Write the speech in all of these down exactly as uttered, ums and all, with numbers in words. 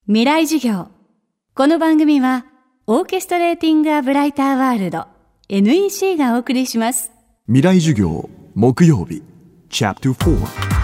未来授業。この番組はオーケストレーティングアブライターワールド エヌイーシー がお送りします。 未来授業木曜日チャプターよん。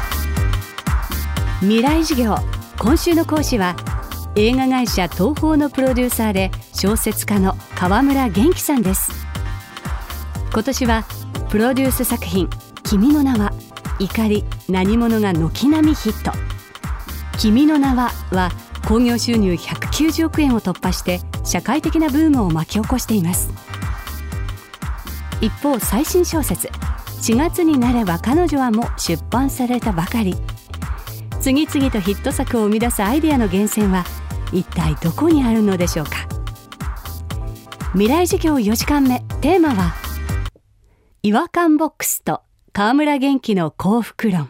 未来授業、今週の講師は映画会社東宝のプロデューサーで小説家の川村元気さんです。今年はプロデュース作品君の名は、怒り、何者が軒並みヒット。君の名はは興行収入ひゃくきゅうじゅうおくえんを突破して社会的なブームを巻き起こしています。一方、最新小説しがつになれば彼女はも出版されたばかり。次々とヒット作を生み出すアイデアの源泉は一体どこにあるのでしょうか。未来授業よじかんめ、テーマは違和感ボックスと川村元気の幸福論。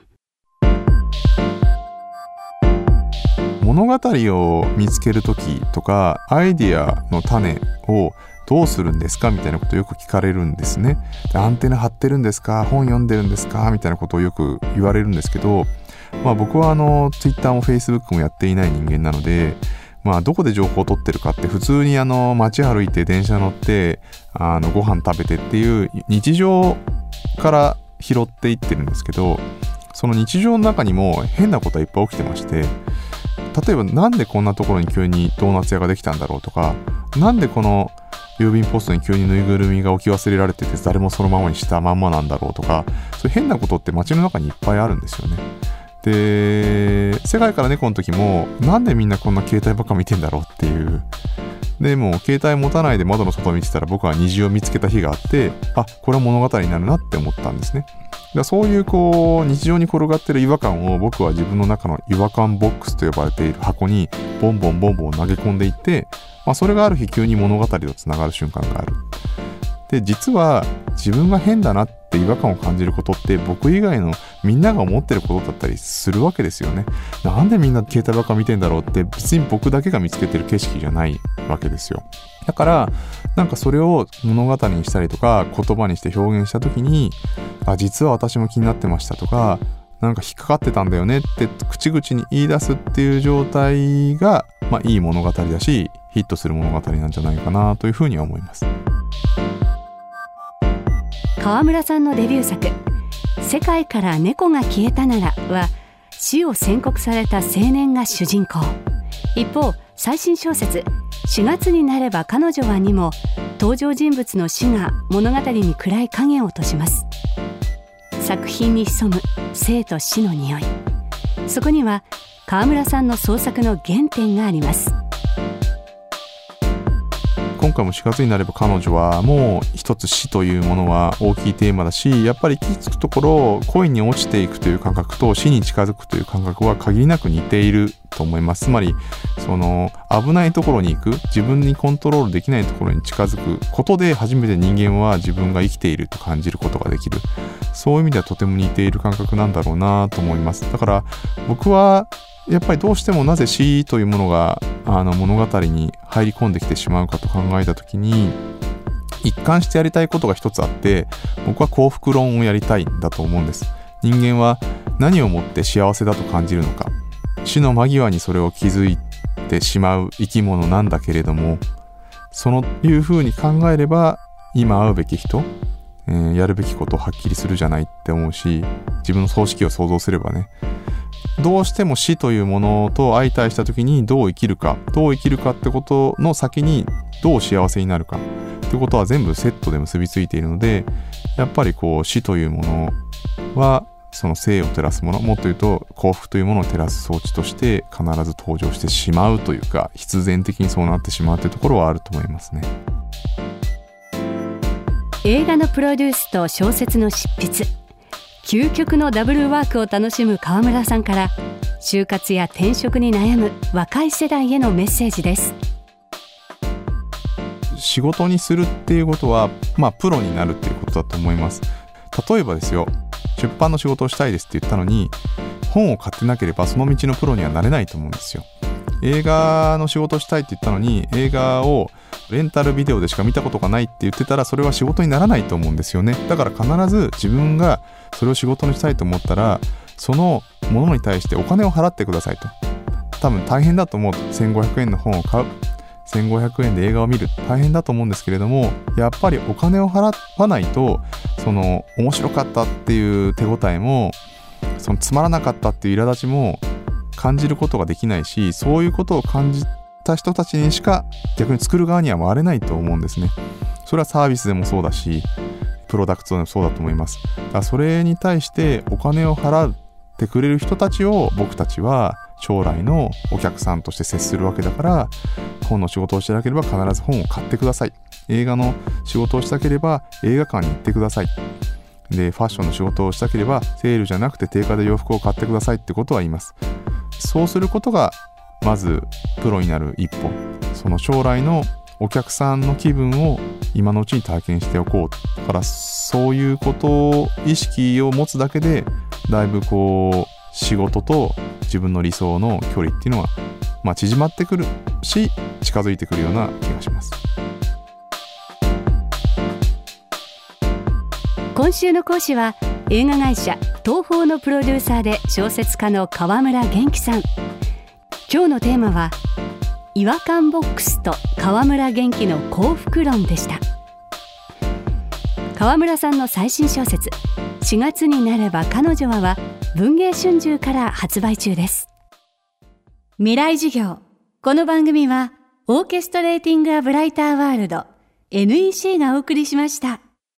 物語を見つけるときとか、アイディアの種をどうするんですかみたいなことをよく聞かれるんですね。アンテナ張ってるんですか、本読んでるんですかみたいなことをよく言われるんですけど、まあ、僕はあの Twitter も Facebook もやっていない人間なので、まあ、どこで情報を取ってるかって普通にあの街歩いて電車乗ってあのご飯食べてっていう日常から拾っていってるんですけど、その日常の中にも変なことはいっぱい起きてまして、例えばなんでこんなところに急にドーナツ屋ができたんだろうとか、なんでこの郵便ポストに急にぬいぐるみが置き忘れられてて誰もそのままにしたまんまなんだろうとか、そういう変なことって街の中にいっぱいあるんですよね。で、世界から猫の時もなんでみんなこんな携帯ばっか見てんだろうっていう。でもう携帯持たないで窓の外を見てたら僕は虹を見つけた日があって、あ、これは物語になるなって思ったんですね。だからそういうこう日常に転がってる違和感を僕は自分の中の違和感ボックスと呼ばれている箱にボンボンボンボン投げ込んでいって、まあ、それがある日急に物語とつながる瞬間がある。で、実は自分が変だなって違和感を感じることって僕以外のみんなが思ってることだったりするわけですよね。なんでみんな携帯ばっか見てんだろうって別に僕だけが見つけてる景色じゃないわけですよ。だからなんかそれを物語にしたりとか言葉にして表現した時に、あ、実は私も気になってましたとか、なんか引っかかってたんだよねって口々に言い出すっていう状態が、まあいい物語だしヒットする物語なんじゃないかなというふうには思います。 川村さんのデビュー作世界から猫が消えたならは死を宣告された青年が主人公。一方、最新小説しがつになれば彼女はにも登場人物の死が物語に暗い影を落とします。作品に潜む生と死の匂い、そこには川村さんの創作の原点があります。 今回もしがつになれば彼女はもう一つ死というものは大きいテーマだし、やっぱり行き着くところ恋に落ちていくという感覚と死に近づくという感覚は限りなく似ていると思います。つまりその危ないところに行く、自分にコントロールできないところに近づくことで初めて人間は自分が生きていると感じることができる。そういう意味ではとても似ている感覚なんだろうなと思います。だから僕はやっぱりどうしてもなぜ死というものがあの物語に入り込んできてしまうかと考えたときに、一貫してやりたいことが一つあって、僕は幸福論をやりたいんだと思うんです。人間は何をもって幸せだと感じるのか、死の間際にそれを気づいてしまう生き物なんだけれども、そのいうふうに考えれば今会うべき人、えー、やるべきことをはっきりするじゃないって思うし、自分の葬式を想像すればね、どうしても死というものと相対した時にどう生きるか、どう生きるかってことの先にどう幸せになるかってことは全部セットで結びついているので、やっぱりこう死というものはその生を照らすもの、もっと言うと幸福というものを照らす装置として必ず登場してしまうというか、必然的にそうなってしまうというところはあると思いますね。 映画のプロデュースと小説の執筆、究極のダブルワークを楽しむ川村さんから就活や転職に悩む若い世代へのメッセージです。 仕事にするっていうことは、まあプロになるっていうことだと思います。例えばですよ、出版の仕事をしたいですって言ったのに本を買ってなければその道のプロにはなれないと思うんですよ。映画の仕事をしたいって言ったのに映画をレンタルビデオでしか見たことがないって言ってたらそれは仕事にならないと思うんですよね。だから必ず自分がそれを仕事にしたいと思ったらそのものに対してお金を払ってくださいと。 多分大変だと思う。せんごひゃくえんの本を買う、せんごひゃくえんで映画を見る、大変だと思うんですけれども、やっぱりお金を払わないとその面白かったっていう手応えも、そのつまらなかったっていう苛立ちも感じることができないし、そういうことを感じた人たちにしか逆に作る側には回れないと思うんですね。それはサービスでもそうだし、プロダクトでもそうだと思います。だからそれに対してお金を払ってくれる人たちを僕たちは将来のお客さんとして接するわけだから、本の仕事をしてなければ必ず本を買ってください。映画の仕事をしたければ映画館に行ってください。で、ファッションの仕事をしたければセールじゃなくて定価で洋服を買ってくださいってことは言います。そうすることがまずプロになる一歩。その将来のお客さんの気分を今のうちに体験しておこう。だからそういうことを意識を持つだけで、だいぶこう仕事と自分の理想の距離っていうのは、まあ、縮まってくるし、近づいてくるような気がします。 今週の講師は映画会社東宝のプロデューサーで小説家の川村元気さん。今日のテーマは違和感ボックスと川村元気の幸福論でした。川村さんの最新小説しがつになれば彼女はは文藝春秋から発売中です。未来授業。この番組はオーケストレーティングアブライターワールド エヌイーシー がお送りしました。